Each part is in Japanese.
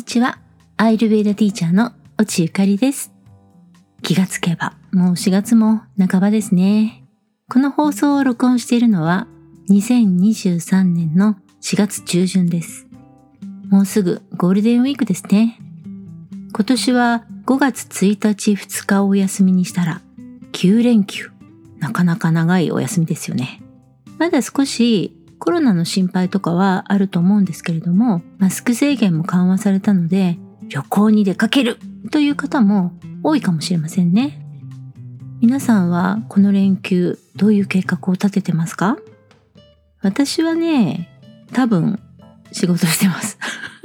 ちは。アイルベーダティーチャーの越智ゆかりです。気がつけばもう4月も半ばですね。この放送を録音しているのは2023年の4月中旬です。もうすぐゴールデンウィークですね。今年は5月1日2日をお休みにしたら9連休。なかなか長いお休みですよね。まだ少しコロナの心配とかはあると思うんですけれども、マスク制限も緩和されたので旅行に出かけるという方も多いかもしれませんね。皆さんはこの連休どういう計画を立ててますか？私はね、多分仕事してます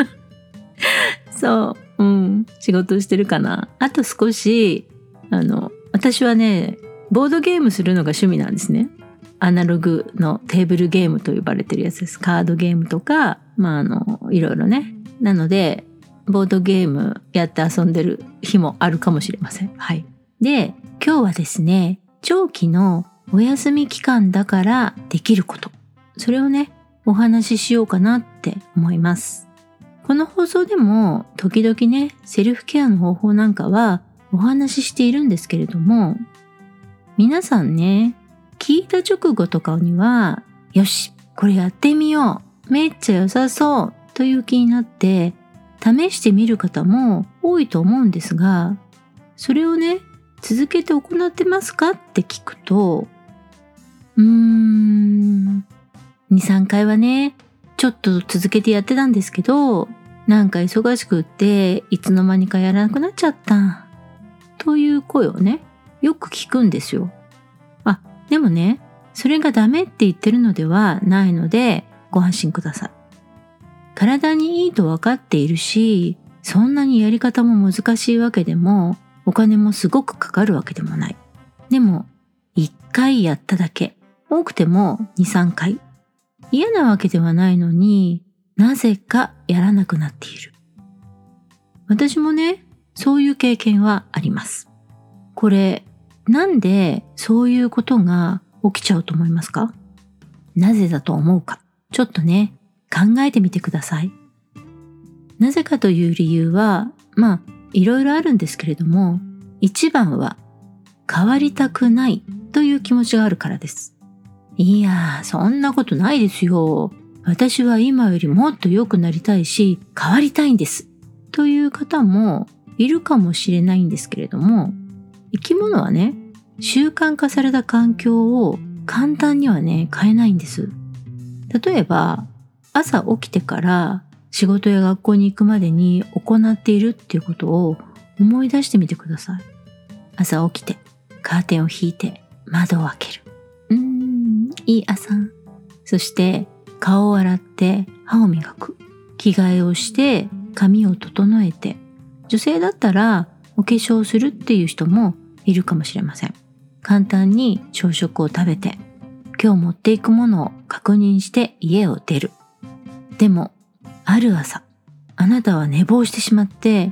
そう、仕事してるかな。あと少し私はね、ボードゲームするのが趣味なんですね。アナログのテーブルゲームと呼ばれてるやつです。カードゲームとか、いろいろね。なので、ボードゲームやって遊んでる日もあるかもしれません。はい。で、今日はですね、長期のお休み期間だからできること。それをね、お話ししようかなって思います。この放送でも時々ね、セルフケアの方法なんかはお話ししているんですけれども、皆さんね、聞いた直後とかには、よし、これやってみよう。めっちゃ良さそうという気になって試してみる方も多いと思うんですが、それをね、続けて行ってますかって聞くと、2、3回はね、ちょっと続けてやってたんですけど、なんか忙しくっていつの間にかやらなくなっちゃったという声をね、よく聞くんですよ。でもね、それがダメって言ってるのではないのでご安心ください。体にいいと分かっているし、そんなにやり方も難しいわけでも、お金もすごくかかるわけでもない。でも、1回やっただけ、多くても2、3回。嫌なわけではないのになぜかやらなくなっている。私もね、そういう経験はあります。これ、なんでそういうことが起きちゃうと思いますか？なぜだと思うか、ちょっとね、考えてみてください。なぜかという理由は、いろいろあるんですけれども、一番は変わりたくないという気持ちがあるからです。いやー、そんなことないですよ。私は今よりもっと良くなりたいし、変わりたいんです。という方もいるかもしれないんですけれども、生き物はね、習慣化された環境を簡単にはね、変えないんです。例えば、朝起きてから仕事や学校に行くまでに行っているっていうことを思い出してみてください。朝起きて、カーテンを引いて、窓を開ける。いい朝。そして、顔を洗って歯を磨く。着替えをして髪を整えて、女性だったらお化粧をするっていう人もいるかもしれません。簡単に朝食を食べて、今日持っていくものを確認して家を出る。でも、ある朝、あなたは寝坊してしまって、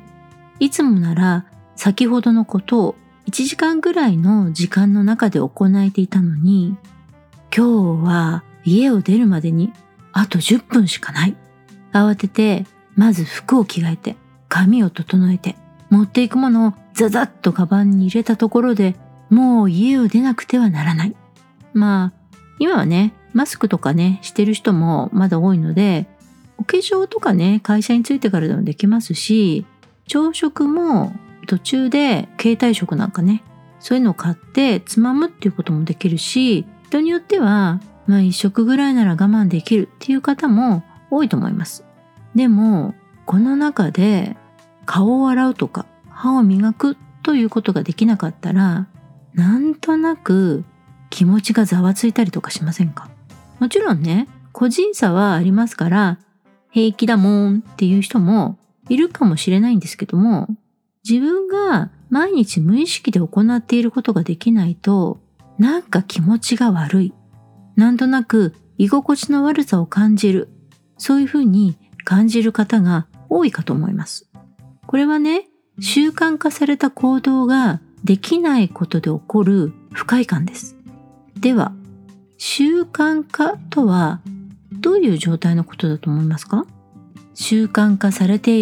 いつもなら先ほどのことを1時間ぐらいの時間の中で行えていたのに、今日は家を出るまでにあと10分しかない。慌てて、まず服を着替えて、髪を整えて、持っていくものをザザッとカバンに入れたところで、もう家を出なくてはならない。今はね、マスクとかね、してる人もまだ多いので、お化粧とかね、会社に着いてからでもできますし、朝食も途中で携帯食なんかね、そういうのを買ってつまむっていうこともできるし、人によっては、1食ぐらいなら我慢できるっていう方も多いと思います。でも、この中で顔を洗うとか歯を磨くということができなかったら、なんとなく気持ちがざわついたりとかしませんか？もちろんね、個人差はありますから、平気だもんっていう人もいるかもしれないんですけども、自分が毎日無意識で行っていることができないと、なんか気持ちが悪い。なんとなく居心地の悪さを感じる。そういうふうに感じる方が多いかと思います。これはね、習慣化された行動ができないことで起こる不快感です。では、習慣化とはどういう状態のことだと思いますか？習慣化されている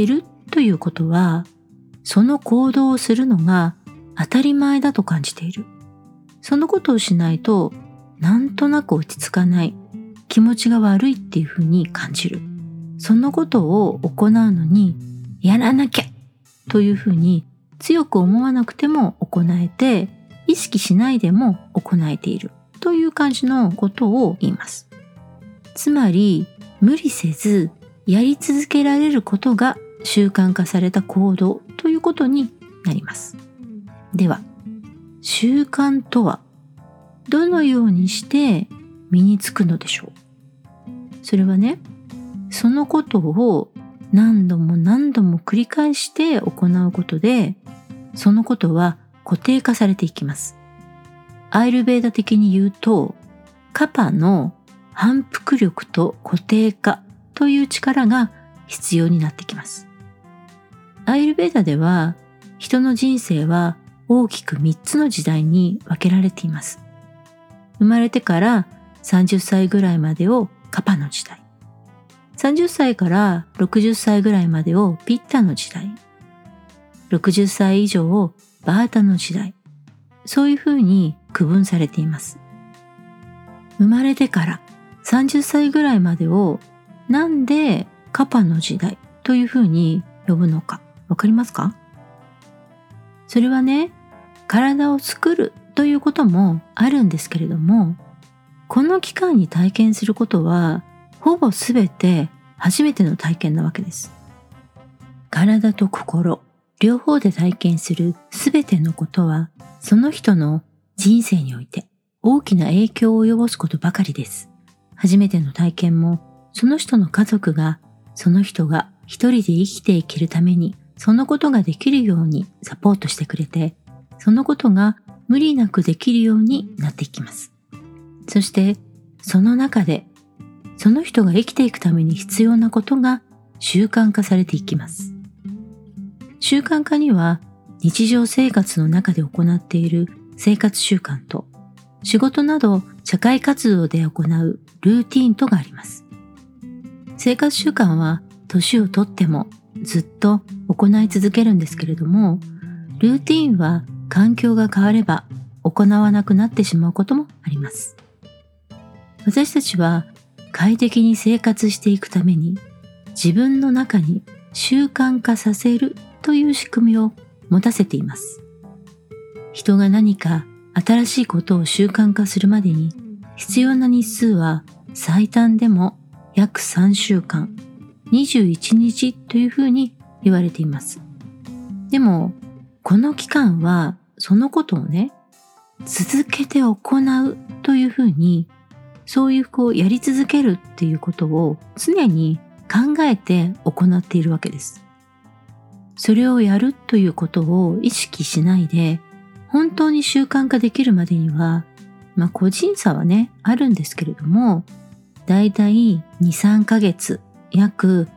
ということは、その行動をするのが当たり前だと感じている。そのことをしないと、なんとなく落ち着かない、気持ちが悪いっていうふうに感じる。そのことを行うのに、やらなきゃというふうに強く思わなくても行えて、意識しないでも行えているという感じのことを言います。つまり、無理せずやり続けられることが習慣化された行動ということになります。では、習慣とはどのようにして身につくのでしょう。それはね、そのことを何度も何度も繰り返して行うことで、そのことは固定化されていきます。アイルベーダ的に言うと、カパの反復力と固定化という力が必要になってきます。アイルベーダでは、人の人生は大きく3つの時代に分けられています。生まれてから30歳ぐらいまでをカパの時代。30歳から60歳ぐらいまでをピッタの時代。60歳以上をバータの時代。そういうふうに区分されています。生まれてから30歳ぐらいまでをなんでカパの時代というふうに呼ぶのかわかりますか？それはね、体を作るということもあるんですけれども、この期間に体験することはほぼすべて初めての体験なわけです。体と心、両方で体験するすべてのことは、その人の人生において大きな影響を及ぼすことばかりです。初めての体験も、その人の家族が、その人が一人で生きていけるために、そのことができるようにサポートしてくれて、そのことが無理なくできるようになっていきます。そして、その中で、その人が生きていくために必要なことが習慣化されていきます。習慣化には、日常生活の中で行っている生活習慣と、仕事など社会活動で行うルーティーンとがあります。生活習慣は年をとってもずっと行い続けるんですけれども、ルーティーンは環境が変われば行わなくなってしまうこともあります。私たちは快適に生活していくために自分の中に習慣化させるという仕組みを持たせています。人が何か新しいことを習慣化するまでに必要な日数は最短でも約3週間、21日というふうに言われています。でも、この期間はそのことをね、続けて行うというふうに、そういうやり続けるっていうことを常に考えて行っているわけです。それをやるということを意識しないで、本当に習慣化できるまでには、個人差はね、あるんですけれども、だいたい2、3ヶ月、約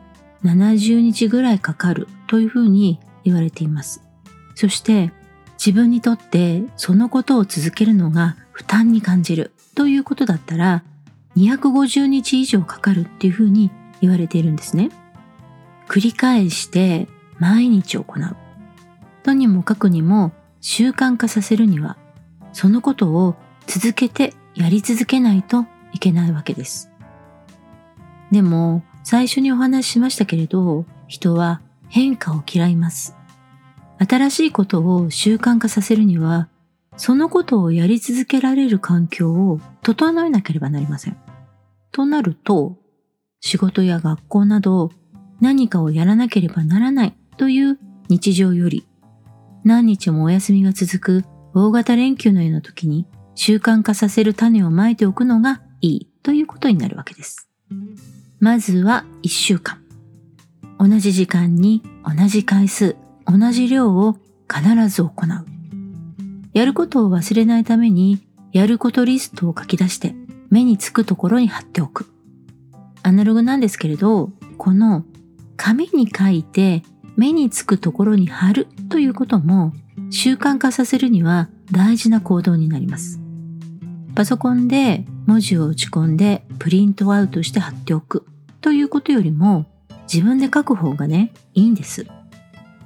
70日ぐらいかかるというふうに言われています。そして自分にとってそのことを続けるのが負担に感じるということだったら、250日以上かかるっていうふうに言われているんですね。繰り返して毎日行う。とにもかくにも習慣化させるには、そのことを続けてやり続けないといけないわけです。でも、最初にお話ししましたけれど、人は変化を嫌います。新しいことを習慣化させるには、そのことをやり続けられる環境を整えなければなりません。となると、仕事や学校など何かをやらなければならないという日常より、何日もお休みが続く大型連休のような時に習慣化させる種をまいておくのがいいということになるわけです。まずは1週間。同じ時間に同じ回数、同じ量を必ず行う。やることを忘れないために、やることリストを書き出して目につくところに貼っておく。アナログなんですけれど、この紙に書いて目につくところに貼るということも習慣化させるには大事な行動になります。パソコンで文字を打ち込んでプリントアウトして貼っておくということよりも自分で書く方がね、いいんです。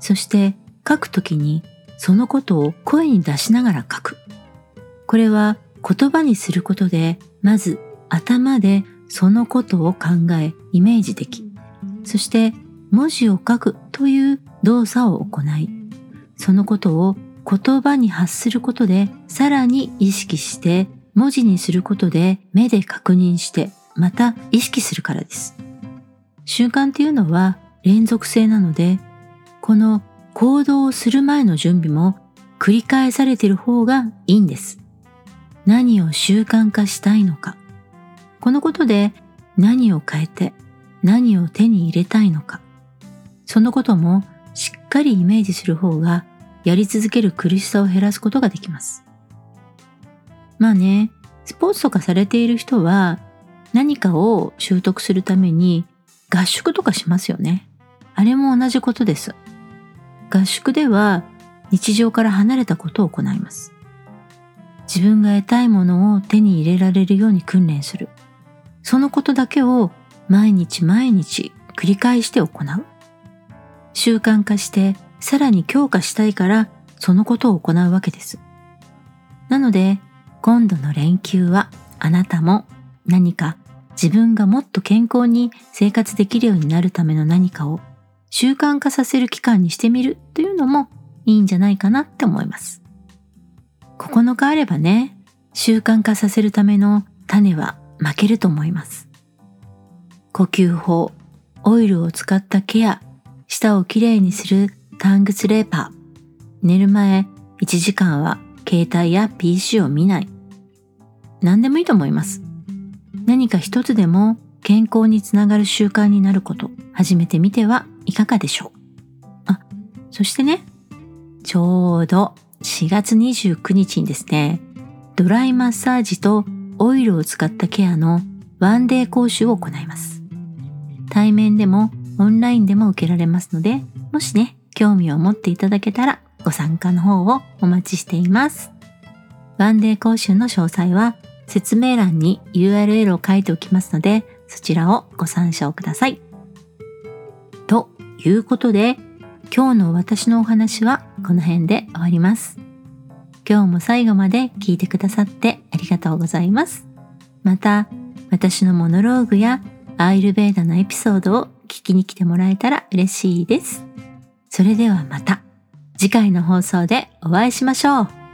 そして書くときにそのことを声に出しながら書く。これは言葉にすることで、まず頭でそのことを考えイメージでき、そして文字を書くという動作を行い、そのことを言葉に発することでさらに意識して文字にすることで目で確認してまた意識するからです。習慣っていうのは連続性なので、この行動をする前の準備も繰り返されている方がいいんです。何を習慣化したいのか、このことで何を変えて何を手に入れたいのか、そのこともしっかりイメージする方がやり続ける苦しさを減らすことができます。まあね、スポーツとかされている人は何かを習得するために合宿とかしますよね。あれも同じことです。合宿では日常から離れたことを行います。自分が得たいものを手に入れられるように訓練する。そのことだけを毎日毎日繰り返して行う。習慣化してさらに強化したいからそのことを行うわけです。なので今度の連休はあなたも何か自分がもっと健康に生活できるようになるための何かを習慣化させる期間にしてみるというのもいいんじゃないかなって思います。9日あればね、習慣化させるための種はまけると思います。呼吸法、オイルを使ったケア、舌をきれいにするタングスレーパー、寝る前1時間は携帯や PC を見ない。何でもいいと思います。何か一つでも健康につながる習慣になること、始めてみてはいかがでしょう。そしてね、ちょうど4月29日にですね、ドライマッサージとオイルを使ったケアのワンデー講習を行います。対面でもオンラインでも受けられますので、もしね、興味を持っていただけたらご参加の方をお待ちしています。ワンデー講習の詳細は説明欄に URL を書いておきますので、そちらをご参照ください。ということで、今日の私のお話はこの辺で終わります。今日も最後まで聞いてくださってありがとうございます。また、私のモノローグやアーユルヴェーダのエピソードを聞きに来てもらえたら嬉しいです。それではまた次回の放送でお会いしましょう。